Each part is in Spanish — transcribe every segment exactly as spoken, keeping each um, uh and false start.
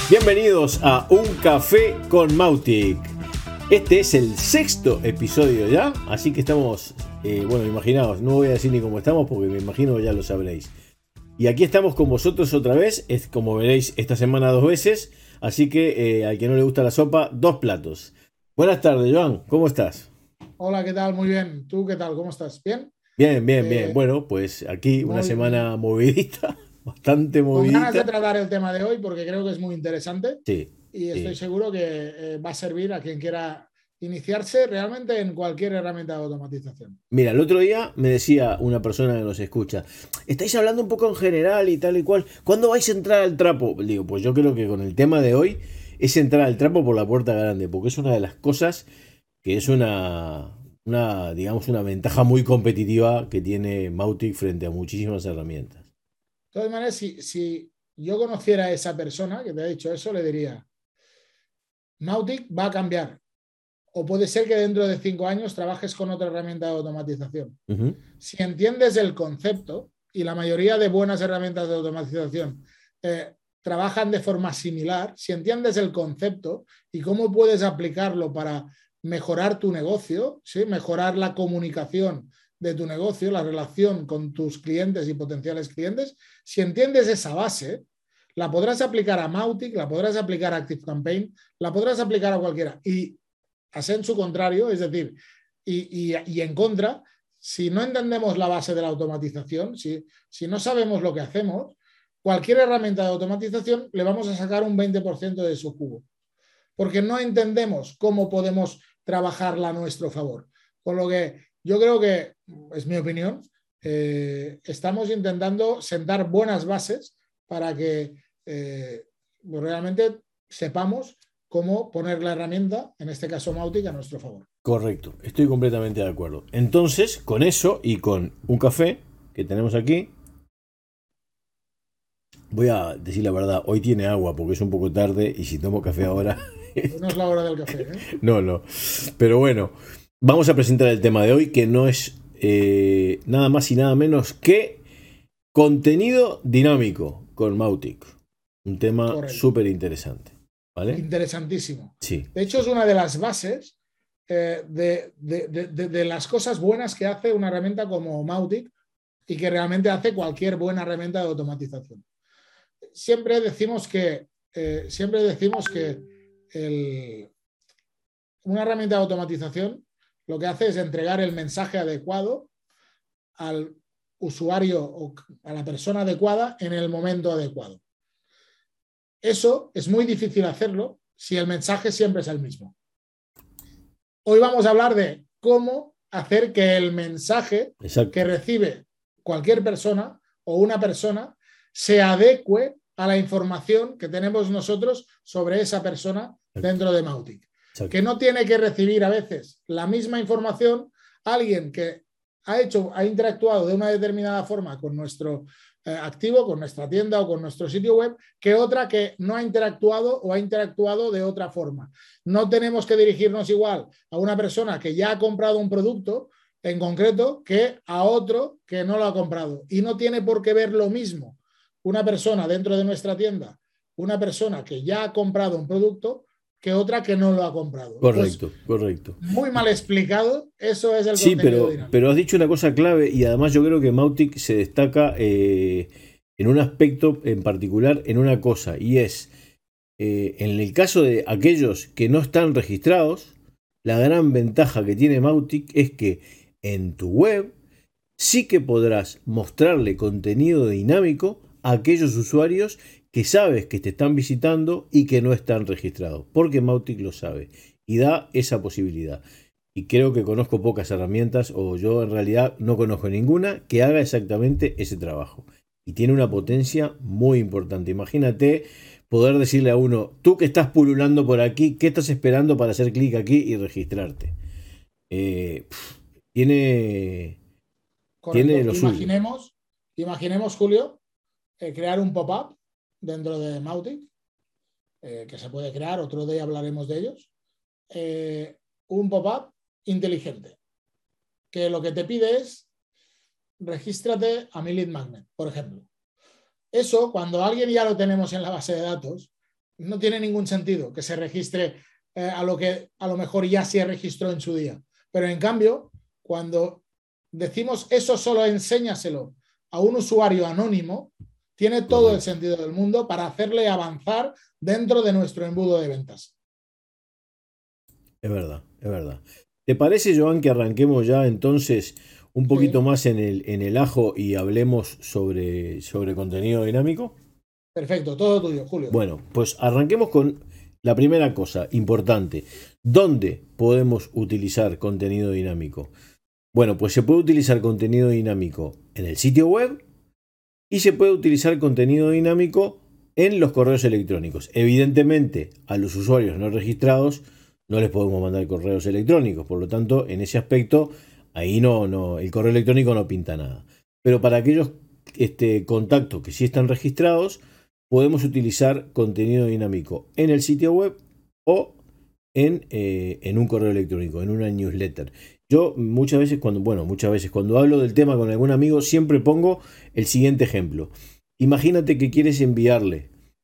Bienvenidos a Un Café con Mautic. Este es el sexto episodio ya, así que estamos, eh, bueno, imaginaos, no voy a decir ni cómo estamos porque me imagino ya lo sabréis. Y aquí estamos con vosotros otra vez, es como veréis esta semana dos veces, así que eh, al que no le gusta la sopa, dos platos. Buenas tardes, Joan, ¿cómo estás? Hola, ¿qué tal? Muy bien. ¿Tú qué tal? ¿Cómo estás? ¿Bien? Bien, bien, bien. Eh, Bueno, pues aquí una muy, semana movidita, bastante con ganas de movidita. tratar el tema de hoy porque creo que es muy interesante Sí, y estoy sí. seguro que eh, va a servir a quien quiera iniciarse realmente en cualquier herramienta de automatización. Mira, el otro día me decía una persona que nos escucha, estáis hablando un poco en general y tal y cual, ¿cuándo vais a entrar al trapo? Le digo, pues yo creo que con el tema de hoy es entrar al trapo por la puerta grande, porque es una de las cosas que es una, una digamos, una ventaja muy competitiva que tiene Mautic frente a muchísimas herramientas. De todas maneras, si, si yo conociera a esa persona que te ha dicho eso, le diría, Mautic va a cambiar. O puede ser que dentro de cinco años trabajes con otra herramienta de automatización. Ujú. Si entiendes el concepto, y la mayoría de buenas herramientas de automatización eh, trabajan de forma similar, si entiendes el concepto y cómo puedes aplicarlo para mejorar tu negocio, ¿sí? Mejorar la comunicación de tu negocio, la relación con tus clientes y potenciales clientes, si entiendes esa base, la podrás aplicar a Mautic, la podrás aplicar a ActiveCampaign, la podrás aplicar a cualquiera. Y a su contrario, es decir, y, y, y en contra, si no entendemos la base de la automatización, si, si no sabemos lo que hacemos, cualquier herramienta de automatización le vamos a sacar un veinte por ciento de su jugo, porque no entendemos cómo podemos trabajarla a nuestro favor. Con lo que yo creo que, es mi opinión, eh, estamos intentando sentar buenas bases para que eh, realmente sepamos cómo poner la herramienta, en este caso Mautic, a nuestro favor. Correcto, estoy completamente de acuerdo. Entonces, con eso y con un café que tenemos aquí, voy a decir la verdad, hoy tiene agua porque es un poco tarde y si tomo café ahora, Hoy no es la hora del café, ¿eh? no, no. Pero bueno, vamos a presentar el tema de hoy que no es eh, nada más y nada menos que contenido dinámico con Mautic. Un tema Correcto. súper interesante. ¿Vale? Interesantísimo. Sí, De hecho, es una de las bases eh, de, de, de, de, las cosas buenas que hace una herramienta como Mautic y que realmente hace cualquier buena herramienta de automatización. Siempre decimos que, eh, siempre decimos que el, una herramienta de automatización lo que hace es entregar el mensaje adecuado al usuario o a la persona adecuada en el momento adecuado. Eso es muy difícil hacerlo si el mensaje siempre es el mismo. Hoy vamos a hablar de cómo hacer que el mensaje que exacto. recibe cualquier persona o una persona se adecue a la información que tenemos nosotros sobre esa persona Exacto, dentro de Mautic. Que exacto. no tiene que recibir a veces la misma información alguien que ha hecho, ha interactuado de una determinada forma con nuestro eh, activo, con nuestra tienda o con nuestro sitio web, que otra que no ha interactuado o ha interactuado de otra forma. No tenemos que dirigirnos igual a una persona que ya ha comprado un producto en concreto que a otro que no lo ha comprado. Y no tiene por qué ver lo mismo una persona dentro de nuestra tienda, una persona que ya ha comprado un producto que otra que no lo ha comprado. Pues Correcto, correcto. muy mal explicado, eso es el Sí, contenido pero, dinámico. pero has dicho una cosa clave y además yo creo que Mautic se destaca eh, en un aspecto en particular, en una cosa, y es, eh, en el caso de aquellos que no están registrados, la gran ventaja que tiene Mautic es que en tu web sí que podrás mostrarle contenido dinámico a aquellos usuarios que sabes que te están visitando y que no están registrados, porque Mautic lo sabe y da esa posibilidad. Y creo que conozco pocas herramientas, o yo en realidad no conozco ninguna, que haga exactamente ese trabajo. Y tiene una potencia muy importante. Imagínate poder decirle a uno, tú que estás pululando por aquí, ¿qué estás esperando para hacer clic aquí y registrarte? Eh, pf, tiene, tiene Correcto. lo suyo. Imaginemos, imaginemos Julio, eh, crear un pop-up dentro de Mautic, eh, que se puede crear, otro día hablaremos de ellos. Eh, un pop-up inteligente, que lo que te pide es regístrate a mi lead magnet, por ejemplo. Eso, cuando alguien ya lo tenemos en la base de datos, no tiene ningún sentido que se registre eh, a lo que a lo mejor ya se registró en su día. Pero en cambio, cuando decimos eso solo enséñaselo a un usuario anónimo, tiene todo Correcto. el sentido del mundo para hacerle avanzar dentro de nuestro embudo de ventas. Es verdad, es verdad. ¿Te parece, Joan, que arranquemos ya entonces un poquito Sí, más en el, en el ajo y hablemos sobre, sobre contenido dinámico? perfecto, todo tuyo, Julio. Bueno, pues arranquemos con la primera cosa importante. ¿Dónde podemos utilizar contenido dinámico? Bueno, pues se puede utilizar contenido dinámico en el sitio web y se puede utilizar contenido dinámico en los correos electrónicos. Evidentemente, a los usuarios no registrados no les podemos mandar correos electrónicos, por lo tanto, en ese aspecto, ahí no, no, el correo electrónico no pinta nada. Pero para aquellos este, contactos que sí están registrados, podemos utilizar contenido dinámico en el sitio web o en, eh, en un correo electrónico, en una newsletter. Yo muchas veces cuando, bueno, muchas veces cuando hablo del tema con algún amigo, siempre pongo el siguiente ejemplo. Imagínate que quieres enviarle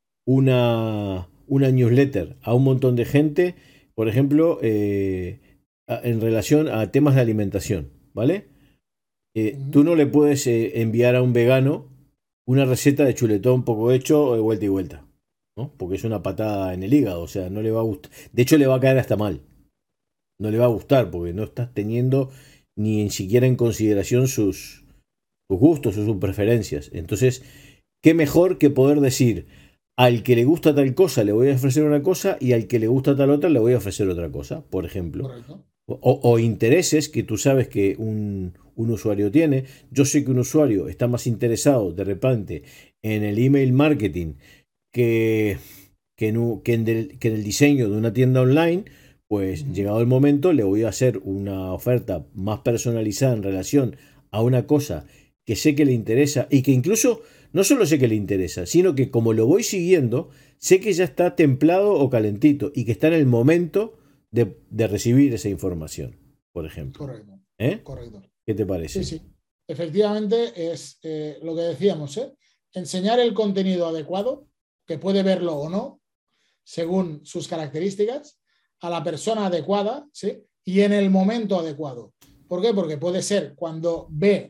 una, una newsletter a un montón de gente, por ejemplo, eh, a- en relación a temas de alimentación, ¿vale? Eh, tú Ujú. no le puedes eh, enviar a un vegano una receta de chuletón poco hecho de vuelta y vuelta, ¿no? Porque es una patada en el hígado, o sea, no le va a gustar. De hecho, le va a caer hasta mal. No le va a gustar porque no estás teniendo ni en siquiera en consideración sus, sus gustos o sus preferencias. Entonces, qué mejor que poder decir, al que le gusta tal cosa le voy a ofrecer una cosa y al que le gusta tal otra le voy a ofrecer otra cosa, por ejemplo. Correcto. O, o intereses que tú sabes que un, un usuario tiene. Yo sé que un usuario está más interesado de repente en el email marketing que, que, en, un- que en del- que en el diseño de una tienda online. Pues Ujú. llegado el momento le voy a hacer una oferta más personalizada en relación a una cosa que sé que le interesa y que incluso no solo sé que le interesa, sino que como lo voy siguiendo, sé que ya está templado o calentito y que está en el momento de, de recibir esa información, por ejemplo. Correcto. ¿Eh? Correcto. ¿Qué te Sí, parece? sí. Efectivamente es eh, lo que decíamos, ¿eh? Enseñar el contenido adecuado, que puede verlo o no, según sus características, a la persona adecuada, ¿sí? Y en el momento adecuado. ¿Por qué? Porque puede ser cuando ve,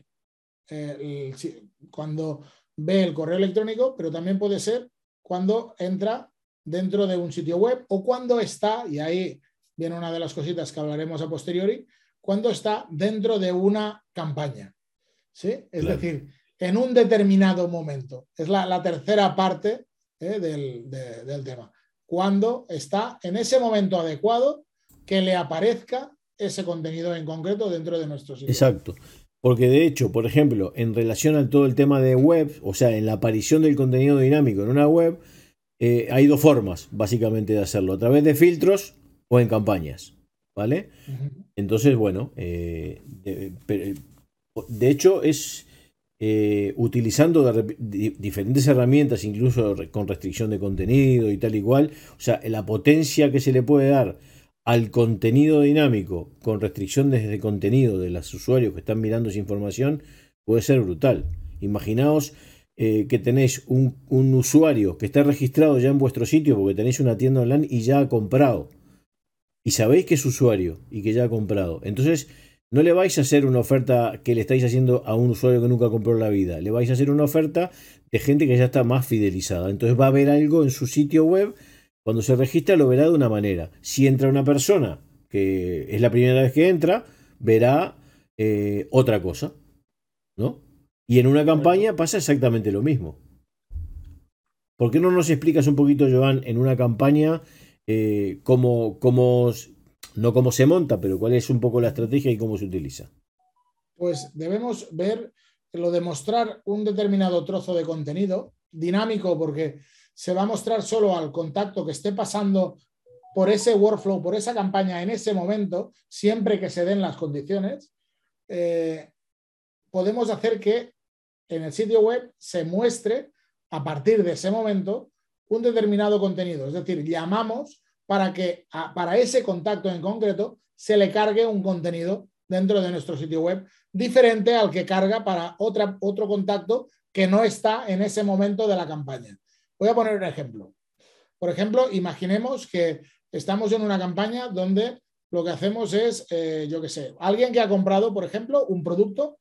eh, el, cuando ve el correo electrónico, pero también puede ser cuando entra dentro de un sitio web o cuando está, y ahí viene una de las cositas que hablaremos a posteriori, cuando está dentro de una campaña. ¿Sí? Es Claro. decir, en un determinado momento. Es la, la tercera parte ¿eh? del, de, del tema. Cuando está en ese momento adecuado que le aparezca ese contenido en concreto dentro de nuestro sitio web. Exacto. Porque de hecho, por ejemplo, en relación a todo el tema de web, o sea, en la aparición del contenido dinámico en una web, eh, hay dos formas, básicamente, de hacerlo: a través de filtros o en campañas. ¿Vale? Uh -huh. Entonces, bueno, eh, de, de, hecho, es eh, utilizando de, de, diferentes herramientas, incluso con restricción de contenido y tal y cual. O sea, la potencia que se le puede dar al contenido dinámico con restricciones de contenido de los usuarios que están mirando esa información puede ser brutal. Imaginaos eh, que tenéis un, un usuario que está registrado ya en vuestro sitio porque tenéis una tienda online y ya ha comprado. Y sabéis que es usuario y que ya ha comprado. Entonces, no le vais a hacer una oferta que le estáis haciendo a un usuario que nunca compró en la vida. Le vais a hacer una oferta de gente que ya está más fidelizada. Entonces va a ver algo en su sitio web. Cuando se registra lo verá de una manera. Si entra una persona que es la primera vez que entra, verá eh, otra cosa, ¿no? Y en una Correcto. campaña pasa exactamente lo mismo. ¿Por qué no nos explicas un poquito, Joan, en una campaña eh, cómo, cómo, no cómo se monta, pero cuál es un poco la estrategia y cómo se utiliza? Pues debemos ver lo de mostrar un determinado trozo de contenido dinámico, porque se va a mostrar solo al contacto que esté pasando por ese workflow, por esa campaña en ese momento, siempre que se den las condiciones. Eh, podemos hacer que en el sitio web se muestre a partir de ese momento un determinado contenido. Es decir, llamamos para que a, para ese contacto en concreto se le cargue un contenido dentro de nuestro sitio web diferente al que carga para otra, otro contacto que no está en ese momento de la campaña. Voy a poner un ejemplo. por ejemplo, imaginemos que estamos en una campaña donde lo que hacemos es, eh, yo qué sé, alguien que ha comprado, por ejemplo, un producto,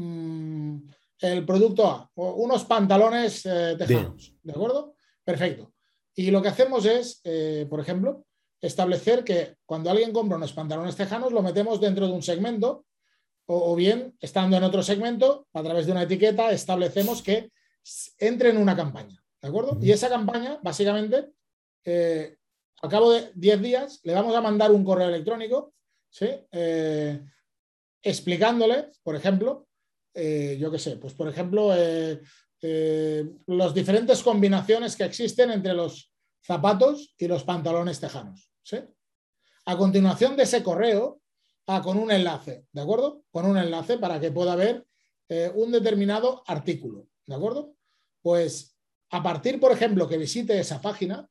mmm, el producto A, unos pantalones eh, tejanos, bien. ¿De acuerdo? Perfecto. Y lo que hacemos es, eh, por ejemplo, establecer que cuando alguien compra unos pantalones tejanos, lo metemos dentro de un segmento, o, o bien, estando en otro segmento, a través de una etiqueta, establecemos que entre en una campaña, ¿de acuerdo? Uh-huh. Y esa campaña, básicamente, eh, al cabo de diez días, le vamos a mandar un correo electrónico, ¿sí? Eh, explicándole, por ejemplo, eh, yo qué sé, pues por ejemplo, eh, eh, las diferentes combinaciones que existen entre los zapatos y los pantalones tejanos, ¿sí? A continuación de ese correo, ah, con un enlace, ¿de acuerdo? Con un enlace para que pueda ver eh, un determinado artículo, ¿de acuerdo? Pues a partir, por ejemplo, que visite esa página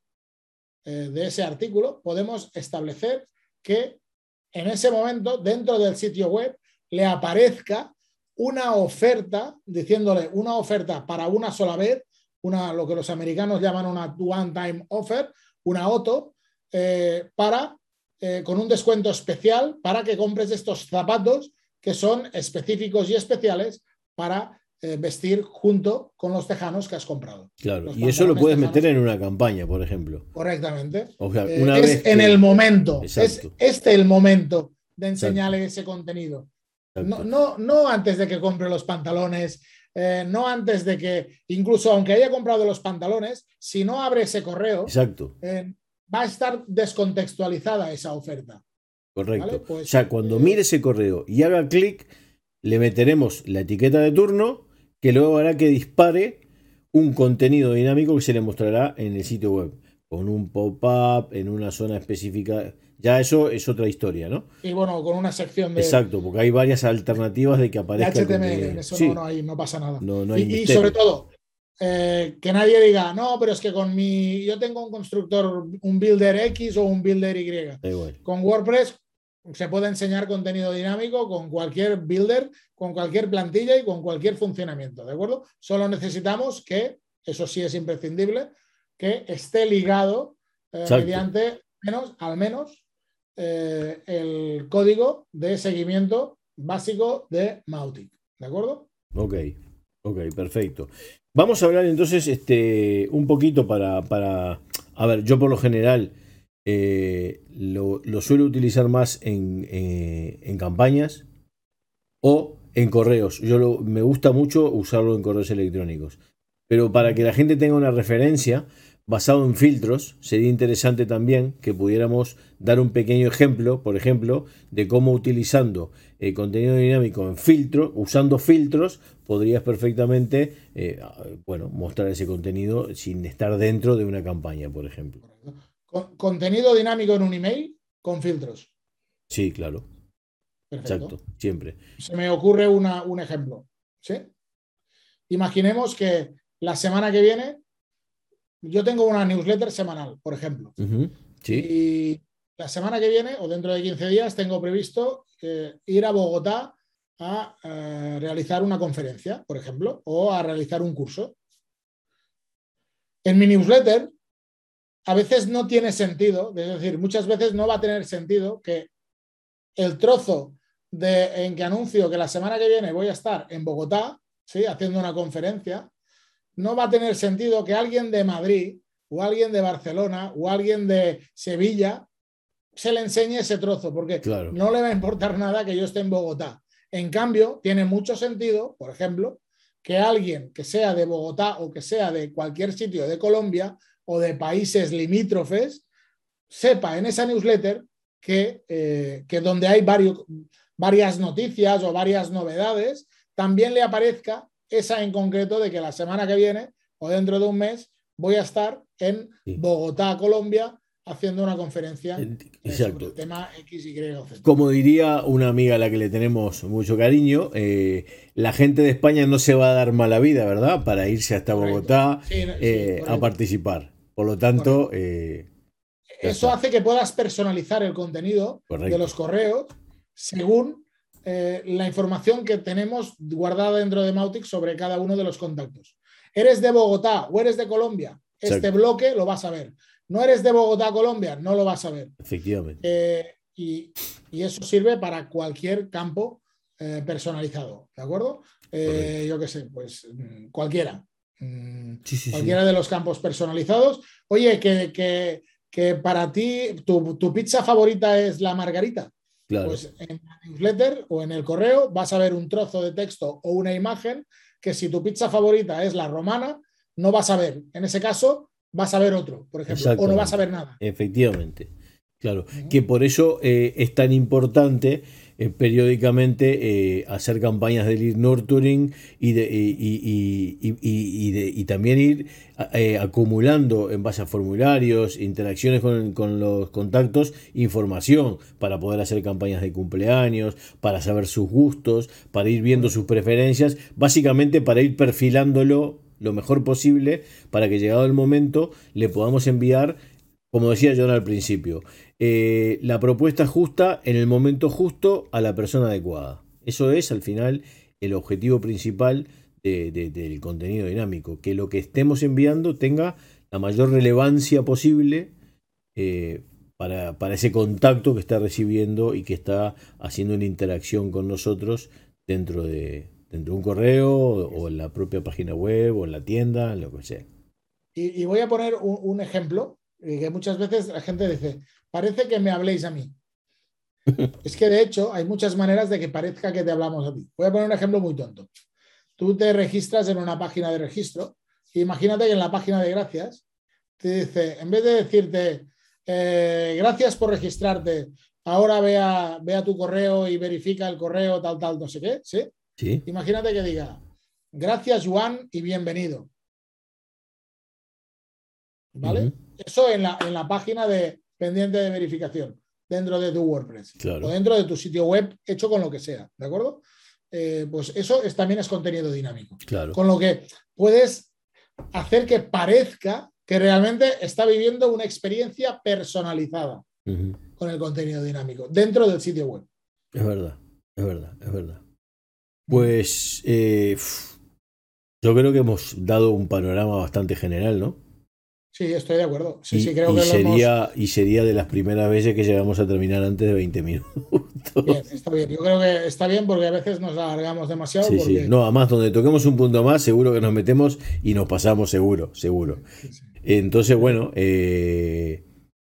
eh, de ese artículo, podemos establecer que en ese momento, dentro del sitio web, le aparezca una oferta, diciéndole una oferta para una sola vez, una, lo que los americanos llaman una one-time offer, una O T O, eh, para, eh, con un descuento especial para que compres estos zapatos que son específicos y especiales para eh, vestir junto con los tejanos que has comprado. Claro, los y eso lo puedes tejanos. meter en una campaña, por ejemplo. Correctamente. O sea, eh, una es vez en que... el momento, Exacto. es este el momento de enseñarle Exacto. ese contenido. No, no, no antes de que compre los pantalones, eh, no antes de que, incluso aunque haya comprado los pantalones, si no abre ese correo, Exacto. Eh, va a estar descontextualizada esa oferta. Correcto. ¿Vale? Pues, o sea, cuando eh, mire ese correo y haga clic, le meteremos la etiqueta de turno que luego hará que dispare un contenido dinámico que se le mostrará en el sitio web, con un pop-up, en una zona específica. Ya eso es otra historia, ¿no? Y bueno, con una sección de... Exacto, porque hay varias alternativas de que aparezca de H T M L, el contenido. eso Sí. no, no, hay, no pasa nada. No, no hay y, y misterio. sobre todo, eh, que nadie diga, no, pero es que con mi... Yo tengo un constructor, un builder X o un builder Y. Da igual. Con WordPress se puede enseñar contenido dinámico con cualquier builder, con cualquier plantilla y con cualquier funcionamiento, ¿de acuerdo? Solo necesitamos que, eso sí es imprescindible, que esté ligado eh, mediante menos, al menos eh, el código de seguimiento básico de Mautic, ¿de acuerdo? Ok, ok, perfecto. Vamos a hablar entonces este, un poquito para, para... A ver, yo por lo general eh, lo, lo suelo utilizar más en, eh, en campañas o en correos. Yo lo, me gusta mucho usarlo en correos electrónicos. Pero para que la gente tenga una referencia basado en filtros, sería interesante también que pudiéramos dar un pequeño ejemplo, por ejemplo, de cómo utilizando eh, contenido dinámico en filtro, usando filtros, podrías perfectamente eh, bueno, mostrar ese contenido sin estar dentro de una campaña, por ejemplo. Con, contenido dinámico en un email con filtros. Sí, claro. Perfecto. Exacto, siempre. Se me ocurre una, un ejemplo. ¿Sí? Imaginemos que la semana que viene yo tengo una newsletter semanal, por ejemplo. Uh-huh. Sí. Y la semana que viene, o dentro de quince días, tengo previsto eh, ir a Bogotá a eh, realizar una conferencia, por ejemplo, o a realizar un curso. En mi newsletter, a veces no tiene sentido, es decir, muchas veces no va a tener sentido que el trozo de, en que anuncio que la semana que viene voy a estar en Bogotá, ¿sí?, haciendo una conferencia, no va a tener sentido que alguien de Madrid o alguien de Barcelona o alguien de Sevilla se le enseñe ese trozo, porque claro, no le va a importar nada que yo esté en Bogotá. En cambio, tiene mucho sentido, por ejemplo, que alguien que sea de Bogotá o que sea de cualquier sitio de Colombia o de países limítrofes sepa en esa newsletter que, eh, que donde hay varios, varias noticias o varias novedades, también le aparezca esa en concreto de que la semana que viene o dentro de un mes voy a estar en sí. Bogotá, Colombia, haciendo una conferencia eh, sobre el tema X, Y o Z. Como diría una amiga a la que le tenemos mucho cariño, eh, la gente de España no se va a dar mala vida, ¿verdad?, para irse hasta correcto. Bogotá sí, eh, sí, a participar. Por lo tanto... Eh, eso está. Hace que puedas personalizar el contenido correcto. De los correos según eh, la información que tenemos guardada dentro de Mautic sobre cada uno de los contactos. ¿Eres de Bogotá o eres de Colombia? este Exacto. bloque lo vas a ver. No eres de Bogotá, Colombia, no lo vas a ver. Efectivamente. Eh, y, y eso sirve para cualquier campo eh, personalizado, ¿de acuerdo? Eh, yo qué sé, pues cualquiera. Sí, sí, cualquiera sí. de los campos personalizados. Oye, que, que, que para ti tu, tu pizza favorita es la margarita. Claro. Pues en la newsletter o en el correo vas a ver un trozo de texto o una imagen que si tu pizza favorita es la romana, no vas a ver. En ese caso, vas a ver otro, por ejemplo, o no vas a ver nada. Efectivamente. Claro. Uh-huh. Que por eso eh, es tan importante eh, periódicamente eh, hacer campañas de lead nurturing y, de, y, y, y, y, y, de, y también ir eh, acumulando en base a formularios, interacciones con, con los contactos, información para poder hacer campañas de cumpleaños, para saber sus gustos, para ir viendo sus preferencias, básicamente para ir perfilándolo lo mejor posible para que llegado el momento le podamos enviar, como decía John al principio, eh, la propuesta justa en el momento justo a la persona adecuada. Eso es al final el objetivo principal de, de, del contenido dinámico, que lo que estemos enviando tenga la mayor relevancia posible eh, para, para ese contacto que está recibiendo y que está haciendo una interacción con nosotros dentro de, dentro de un correo o en la propia página web o en la tienda, en lo que sea. Y, y voy a poner un, un ejemplo que muchas veces la gente dice, parece que me habléis a mí. Es que de hecho hay muchas maneras de que parezca que te hablamos a ti. Voy a poner un ejemplo muy tonto. Tú te registras en una página de registro e imagínate que en la página de gracias te dice, en vez de decirte eh, gracias por registrarte, ahora ve a, ve a tu correo y verifica el correo tal, tal, no sé qué, ¿sí? Sí. Imagínate que diga, gracias Juan y bienvenido. ¿Vale? Uh-huh. Eso en la, en la página de pendiente de verificación dentro de tu WordPress, claro, o dentro de tu sitio web hecho con lo que sea, ¿de acuerdo? Eh, pues eso es, también es contenido dinámico. Claro. Con lo que puedes hacer que parezca que realmente está viviendo una experiencia personalizada uh-huh. con el contenido dinámico dentro del sitio web. Es verdad, es verdad, es verdad. Pues eh, yo creo que hemos dado un panorama bastante general, ¿no? Sí, estoy de acuerdo. Sí, y, sí, creo y que sería, lo hemos... y sería de las primeras veces que llegamos a terminar antes de veinte minutos. Bien, está bien. Yo creo que está bien porque a veces nos alargamos demasiado. Sí, porque... sí. No, además, donde toquemos un punto más, seguro que nos metemos y nos pasamos seguro, seguro. Sí, sí. Entonces, bueno, eh,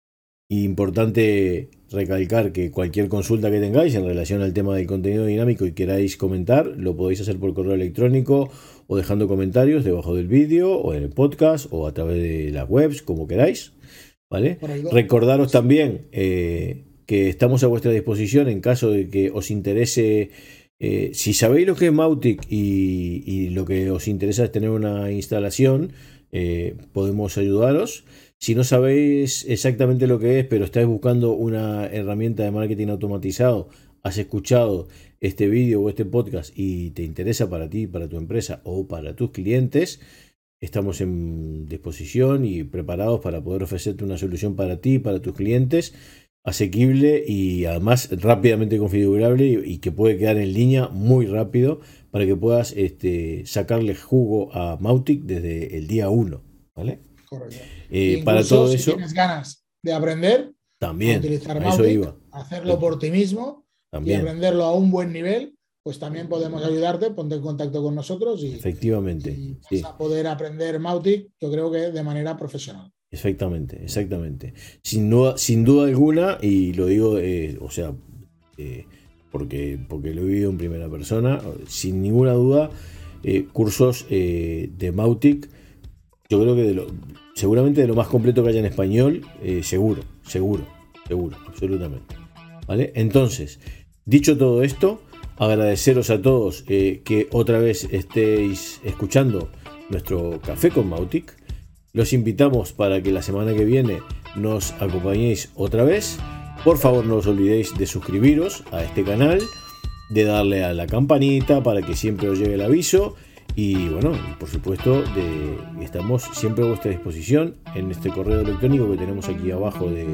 importante recalcar que cualquier consulta que tengáis en relación al tema del contenido dinámico y queráis comentar, lo podéis hacer por correo electrónico o dejando comentarios debajo del vídeo o en el podcast o a través de las webs, como queráis, ¿vale? Recordaros también eh, que estamos a vuestra disposición en caso de que os interese, eh, si sabéis lo que es Mautic y, y lo que os interesa es tener una instalación, eh, podemos ayudaros. Si no sabéis exactamente lo que es, pero estáis buscando una herramienta de marketing automatizado, has escuchado este vídeo o este podcast y te interesa para ti, para tu empresa o para tus clientes, estamos en disposición y preparados para poder ofrecerte una solución para ti, para tus clientes, asequible y además rápidamente configurable y, y que puede quedar en línea muy rápido para que puedas este, sacarle jugo a Mautic desde el día uno, ¿vale? Correcto. Eh, para todo si eso, tienes ganas de aprender también, a utilizar a Mautic, eso iba. hacerlo por ti mismo también. y aprenderlo a un buen nivel, pues también podemos ayudarte, ponte en contacto con nosotros y, efectivamente, y vas sí. a poder aprender Mautic, yo creo que de manera profesional. Exactamente, exactamente. Sin duda, sin duda alguna, y lo digo, eh, o sea, eh, porque, porque lo he vivido en primera persona, sin ninguna duda, eh, cursos eh, de Mautic, yo creo que de lo, seguramente de lo más completo que haya en español, eh, seguro, seguro, seguro, absolutamente. ¿Vale? Entonces, dicho todo esto, agradeceros a todos eh, que otra vez estéis escuchando nuestro Café con Mautic. Los invitamos para que la semana que viene nos acompañéis otra vez. Por favor, no os olvidéis de suscribiros a este canal, de darle a la campanita para que siempre os llegue el aviso. Y bueno, por supuesto, de, estamos siempre a vuestra disposición en este correo electrónico que tenemos aquí abajo de,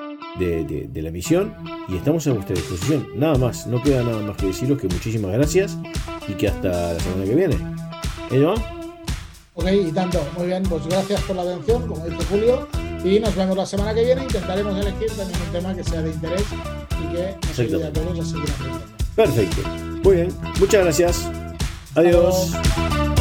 de, de, de la emisión. Y estamos a vuestra disposición. Nada más, no queda nada más que deciros que muchísimas gracias y que hasta la semana que viene. ¿Eh, Joan? Ok, y tanto. Muy bien, pues gracias por la atención, como dice Julio, y nos vemos la semana que viene. Intentaremos elegir también un tema que sea de interés y que nos ayude a todos a seguir aprendiendo. Perfecto. Muy bien. Muchas gracias. Adiós.